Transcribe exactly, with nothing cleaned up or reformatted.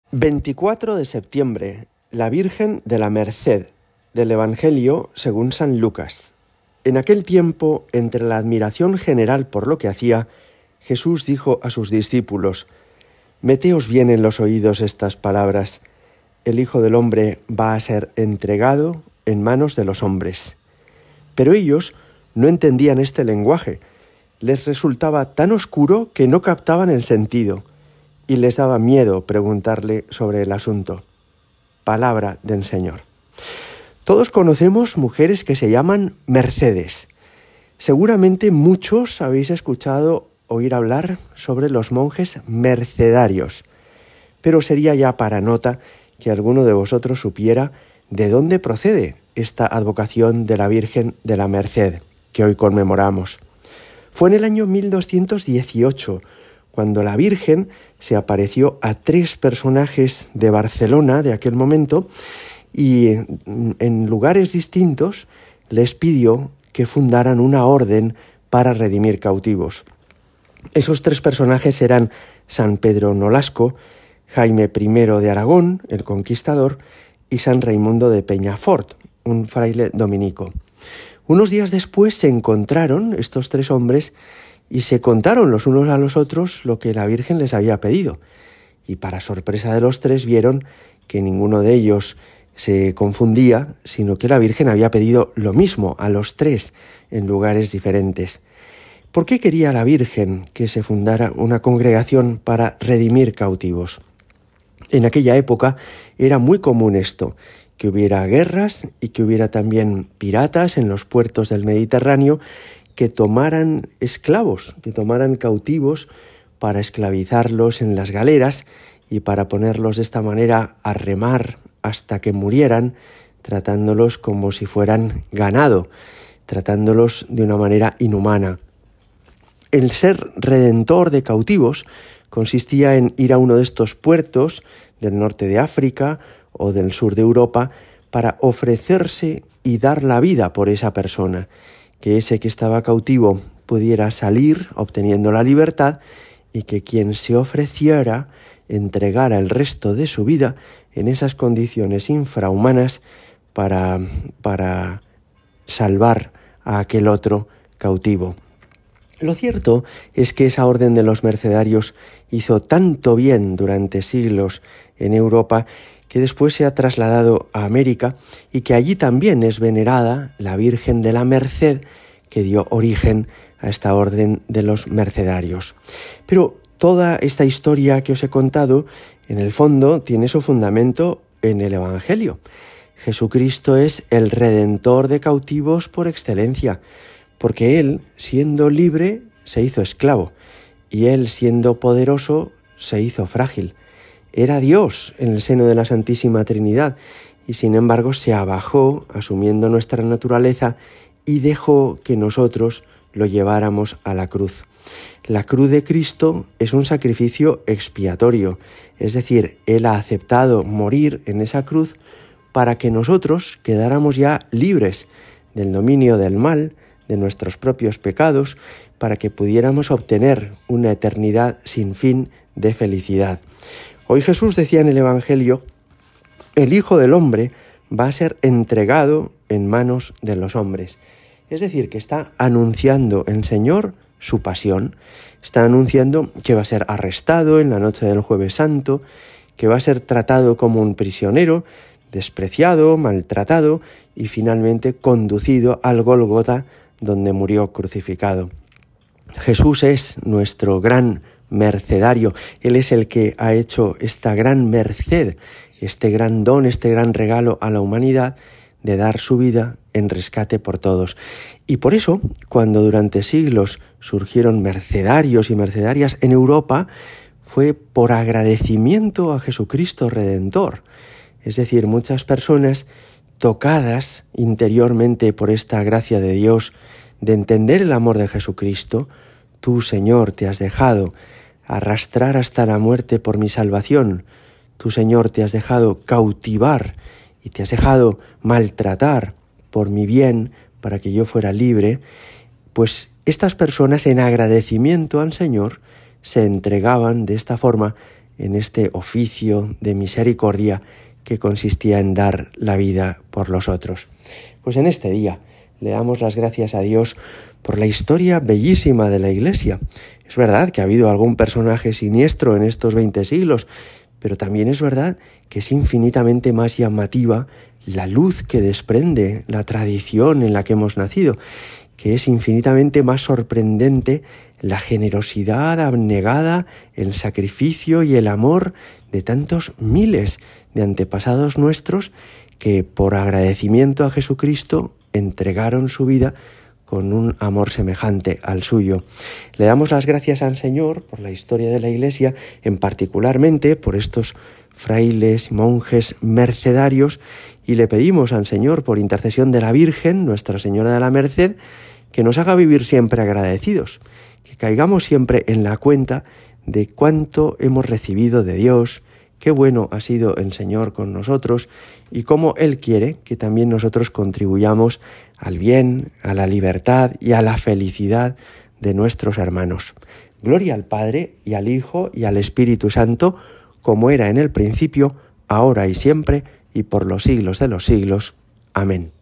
veinticuatro de septiembre, la Virgen de la Merced, del Evangelio según San Lucas. En aquel tiempo, entre la admiración general por lo que hacía, Jesús dijo a sus discípulos: «Meteos bien en los oídos estas palabras. El Hijo del Hombre va a ser entregado en manos de los hombres». Pero ellos no entendían este lenguaje. Les resultaba tan oscuro que no captaban el sentido, y les daba miedo preguntarle sobre el asunto. Palabra del Señor. Todos conocemos mujeres que se llaman Mercedes. Seguramente muchos habéis escuchado oír hablar sobre los monjes mercedarios, pero sería ya para nota que alguno de vosotros supiera de dónde procede esta advocación de la Virgen de la Merced que hoy conmemoramos. Fue en el año mil doscientos dieciocho, cuando la Virgen se apareció a tres personajes de Barcelona de aquel momento y en lugares distintos les pidió que fundaran una orden para redimir cautivos. Esos tres personajes eran San Pedro Nolasco, Jaime primero de Aragón, el conquistador, y San Raimundo de Peñafort, un fraile dominico. Unos días después se encontraron estos tres hombres y se contaron los unos a los otros lo que la Virgen les había pedido. Y para sorpresa de los tres vieron que ninguno de ellos se confundía, sino que la Virgen había pedido lo mismo a los tres en lugares diferentes. ¿Por qué quería la Virgen que se fundara una congregación para redimir cautivos? En aquella época era muy común esto, que hubiera guerras y que hubiera también piratas en los puertos del Mediterráneo que tomaran esclavos, que tomaran cautivos para esclavizarlos en las galeras y para ponerlos de esta manera a remar hasta que murieran, tratándolos como si fueran ganado, tratándolos de una manera inhumana. El ser redentor de cautivos consistía en ir a uno de estos puertos del norte de África o del sur de Europa para ofrecerse y dar la vida por esa persona, que ese que estaba cautivo pudiera salir obteniendo la libertad y que quien se ofreciera entregara el resto de su vida en esas condiciones infrahumanas para, para salvar a aquel otro cautivo. Lo cierto es que esa orden de los mercedarios hizo tanto bien durante siglos en Europa que después se ha trasladado a América y que allí también es venerada la Virgen de la Merced que dio origen a esta orden de los mercedarios. Pero toda esta historia que os he contado, en el fondo, tiene su fundamento en el Evangelio. Jesucristo es el redentor de cautivos por excelencia, porque Él, siendo libre, se hizo esclavo, y Él, siendo poderoso, se hizo frágil. Era Dios en el seno de la Santísima Trinidad, y sin embargo se abajó, asumiendo nuestra naturaleza, y dejó que nosotros lo lleváramos a la cruz. La cruz de Cristo es un sacrificio expiatorio, es decir, Él ha aceptado morir en esa cruz para que nosotros quedáramos ya libres del dominio del mal, de nuestros propios pecados, para que pudiéramos obtener una eternidad sin fin de felicidad. Hoy Jesús decía en el Evangelio: el Hijo del Hombre va a ser entregado en manos de los hombres. Es decir, que está anunciando el Señor su pasión, está anunciando que va a ser arrestado en la noche del Jueves Santo, que va a ser tratado como un prisionero, despreciado, maltratado y finalmente conducido al Gólgota, donde murió crucificado. Jesús es nuestro gran mercedario. Él es el que ha hecho esta gran merced, este gran don, este gran regalo a la humanidad de dar su vida en rescate por todos. Y por eso, cuando durante siglos surgieron mercedarios y mercedarias en Europa, fue por agradecimiento a Jesucristo Redentor. Es decir, muchas personas tocadas interiormente por esta gracia de Dios, de entender el amor de Jesucristo, tú, Señor, te has dejado arrastrar hasta la muerte por mi salvación, tú, Señor, te has dejado cautivar y te has dejado maltratar por mi bien, para que yo fuera libre, pues estas personas en agradecimiento al Señor se entregaban de esta forma en este oficio de misericordia que consistía en dar la vida por los otros. Pues en este día le damos las gracias a Dios por la historia bellísima de la Iglesia. Es verdad que ha habido algún personaje siniestro en estos veinte siglos, pero también es verdad que es infinitamente más llamativa la luz que desprende la tradición en la que hemos nacido, que es infinitamente más sorprendente la generosidad abnegada, el sacrificio y el amor de tantos miles de antepasados nuestros que por agradecimiento a Jesucristo entregaron su vida con un amor semejante al suyo. Le damos las gracias al Señor por la historia de la Iglesia, en particularmente por estos frailes, monjes mercedarios, y le pedimos al Señor, por intercesión de la Virgen, Nuestra Señora de la Merced, que nos haga vivir siempre agradecidos, que caigamos siempre en la cuenta de cuánto hemos recibido de Dios, qué bueno ha sido el Señor con nosotros y cómo Él quiere que también nosotros contribuyamos al bien, a la libertad y a la felicidad de nuestros hermanos. Gloria al Padre y al Hijo y al Espíritu Santo, como era en el principio, ahora y siempre, y por los siglos de los siglos. Amén.